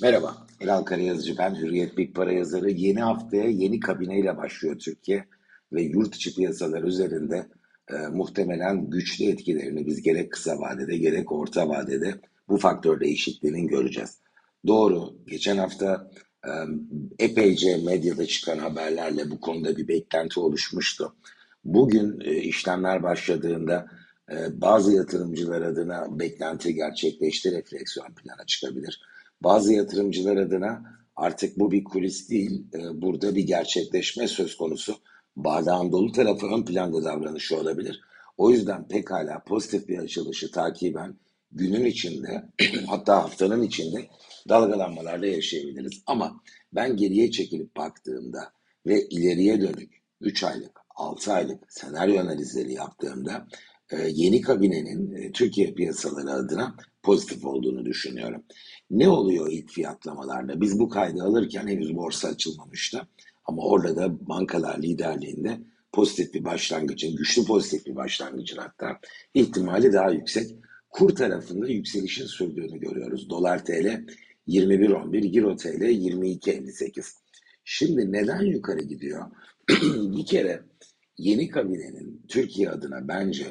Merhaba, Ünal Karayazıcı ben, Hürriyet Big Para yazarı. Yeni haftaya yeni kabineyle başlıyor Türkiye ve yurt içi piyasalar üzerinde muhtemelen güçlü etkilerini biz gerek kısa vadede gerek orta vadede bu faktör değişikliğinin göreceğiz. Doğru, geçen hafta e, epeyce medyada çıkan haberlerle bu konuda bir beklenti oluşmuştu. Bugün işlemler başladığında bazı yatırımcılar adına beklenti gerçekleşti, refleksiyon plana çıkabilir. Bazı yatırımcılar adına artık bu bir kulis değil, burada bir gerçekleşme söz konusu. Bardağın dolu tarafı ön planda davranışı olabilir. O yüzden pekala pozitif bir açılışı takiben günün içinde hatta haftanın içinde dalgalanmalarla yaşayabiliriz. Ama ben geriye çekilip baktığımda ve ileriye dönük 3 aylık, 6 aylık senaryo analizleri yaptığımda yeni kabinenin Türkiye piyasaları adına pozitif olduğunu düşünüyorum. Ne oluyor ilk fiyatlamalarda? Biz bu kaydı alırken henüz borsa açılmamıştı. Ama orada da bankalar liderliğinde pozitif bir başlangıcın, güçlü pozitif bir başlangıcın hatta ihtimali daha yüksek. Kur tarafında yükselişin sürdüğünü görüyoruz. Dolar TL 21.11, Euro TL 22.58. Şimdi neden yukarı gidiyor? Bir kere yeni kabinenin Türkiye adına bence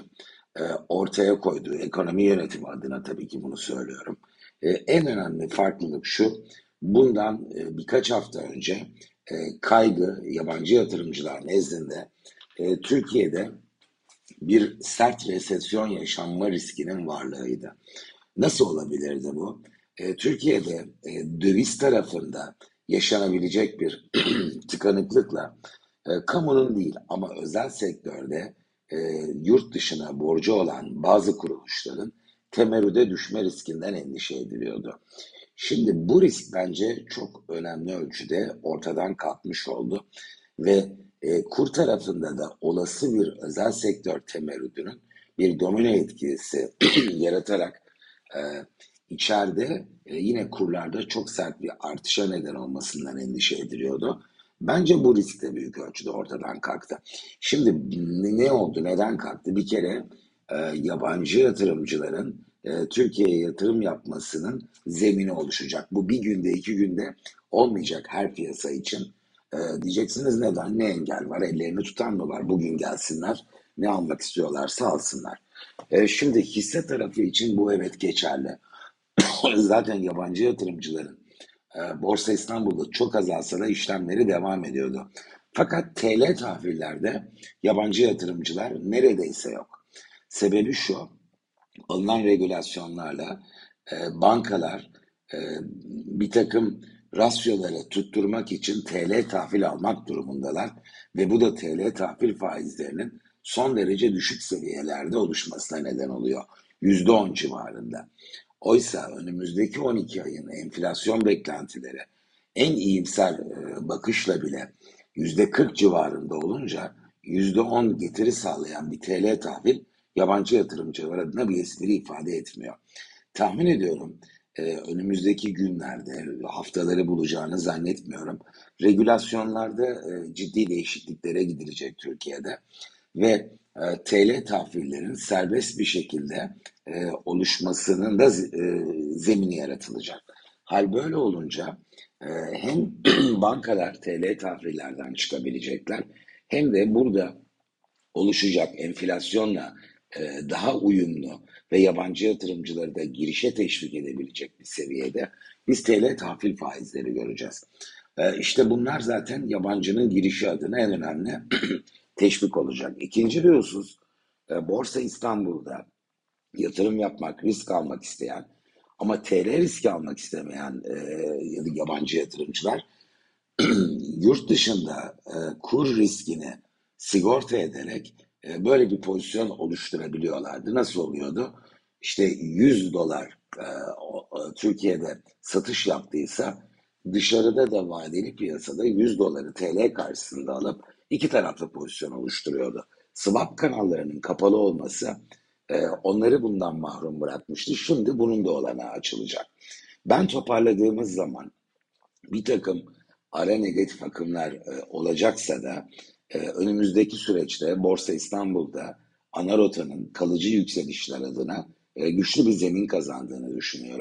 ortaya koyduğu ekonomi yönetimi adına tabii ki bunu söylüyorum. En önemli farklılık şu, bundan birkaç hafta önce kaygı yabancı yatırımcılar nezdinde Türkiye'de bir sert resesyon yaşanma riskinin varlığıydı. Nasıl olabilirdi bu? Türkiye'de döviz tarafında yaşanabilecek bir tıkanıklıkla kamunun değil ama özel sektörde e, yurt dışına borcu olan bazı kuruluşların temerrüde düşme riskinden endişe ediliyordu. Şimdi bu risk bence çok önemli ölçüde ortadan kalkmış oldu ve kur tarafında da olası bir özel sektör temerrüdünün bir domino etkisi yaratarak e, içeride yine kurlarda çok sert bir artışa neden olmasından endişe ediliyordu. Bence bu risk de büyük ölçüde ortadan kalktı. Şimdi ne oldu, neden kalktı? Bir kere yabancı yatırımcıların Türkiye'ye yatırım yapmasının zemini oluşacak. Bu bir günde, iki günde olmayacak her piyasa için. Diyeceksiniz neden, ne engel var? Ellerini tutan mı var? Bugün gelsinler, ne almak istiyorlarsa alsınlar. Şimdi hisse tarafı için bu evet geçerli. Zaten yabancı yatırımcıların Borsa İstanbul'da çok azalsa da işlemleri devam ediyordu. Fakat TL tahvillerde yabancı yatırımcılar neredeyse yok. Sebebi şu, alınan regülasyonlarla bankalar bir takım rasyoları tutturmak için TL tahvil almak durumundalar ve bu da TL tahvil faizlerinin son derece düşük seviyelerde oluşmasına neden oluyor. %10 civarında. Oysa önümüzdeki 12 ayın enflasyon beklentileri en iyimser bakışla bile %40 civarında olunca %10 getiri sağlayan bir TL tahvil yabancı yatırımcılar adına bir espri ifade etmiyor. Tahmin ediyorum önümüzdeki günlerde haftaları bulacağını zannetmiyorum. Regülasyonlarda ciddi değişikliklere gidilecek Türkiye'de ve TL tahvillerin serbest bir şekilde oluşmasının da zemini yaratılacak. Hal böyle olunca hem bankalar TL tahvillerden çıkabilecekler hem de burada oluşacak enflasyonla daha uyumlu ve yabancı yatırımcıları da girişe teşvik edebilecek bir seviyede biz TL tahvil faizleri göreceğiz. İşte bunlar zaten yabancının girişi adına en önemli teşvik olacak. İkinci bir husus, Borsa İstanbul'da yatırım yapmak, risk almak isteyen ama TL riski almak istemeyen yabancı yatırımcılar yurt dışında kur riskini sigorta ederek böyle bir pozisyon oluşturabiliyorlardı. Nasıl oluyordu? İşte 100 dolar Türkiye'de satış yaptıysa dışarıda da vadeli piyasada 100 doları TL karşısında alıp iki taraflı pozisyon oluşturuyordu. Swap kanallarının kapalı olması onları bundan mahrum bırakmıştı. Şimdi bunun da olanağı açılacak. Ben toparladığımız zaman bir takım ara negatif akımlar olacaksa da önümüzdeki süreçte Borsa İstanbul'da ana rotanın kalıcı yükselişler adına güçlü bir zemin kazandığını düşünüyorum.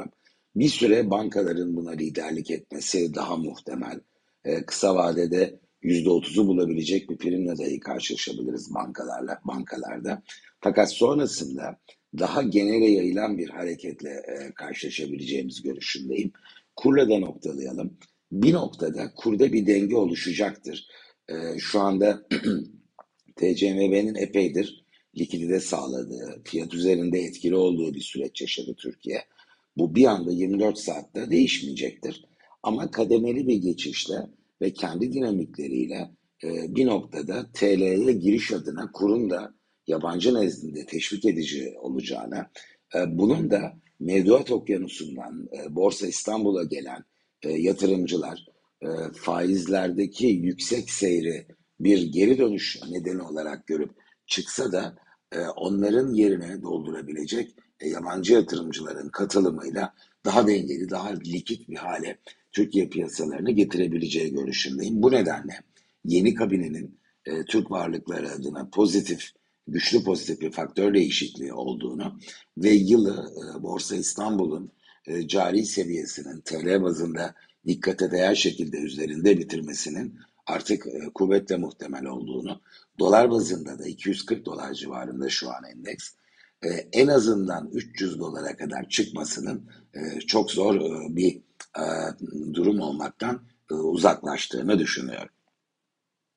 Bir süre bankaların buna liderlik etmesi daha muhtemel. Kısa vadede %30'u bulabilecek bir primle dahi karşılaşabiliriz bankalarda. Fakat sonrasında daha genele yayılan bir hareketle karşılaşabileceğimiz görüşündeyim. Kurla da noktalayalım. Bir noktada kurda bir denge oluşacaktır. Şu anda TCMB'nin epeydir likidite sağladığı, fiyat üzerinde etkili olduğu bir süreç yaşadı Türkiye. Bu bir anda 24 saatte değişmeyecektir. Ama kademeli bir geçişle ve kendi dinamikleriyle bir noktada TL'ye giriş adına kurun da yabancı nezdinde teşvik edici olacağına, bunun da mevduat okyanusundan Borsa İstanbul'a gelen yatırımcılar faizlerdeki yüksek seyri bir geri dönüş nedeni olarak görüp çıksa da onların yerine doldurabilecek yabancı yatırımcıların katılımıyla daha dengeli, daha likit bir hale Türkiye piyasalarını getirebileceği görüşündeyim. Bu nedenle yeni kabinenin Türk varlıkları adına güçlü pozitif bir faktör değişikliği olduğunu ve yılı Borsa İstanbul'un cari seviyesinin TL bazında dikkate değer şekilde üzerinde bitirmesinin artık kuvvetle muhtemel olduğunu, dolar bazında da 240 dolar civarında şu an endeks, en azından 300 dolara kadar çıkmasının çok zor bir durum olmaktan uzaklaştığını düşünüyorum.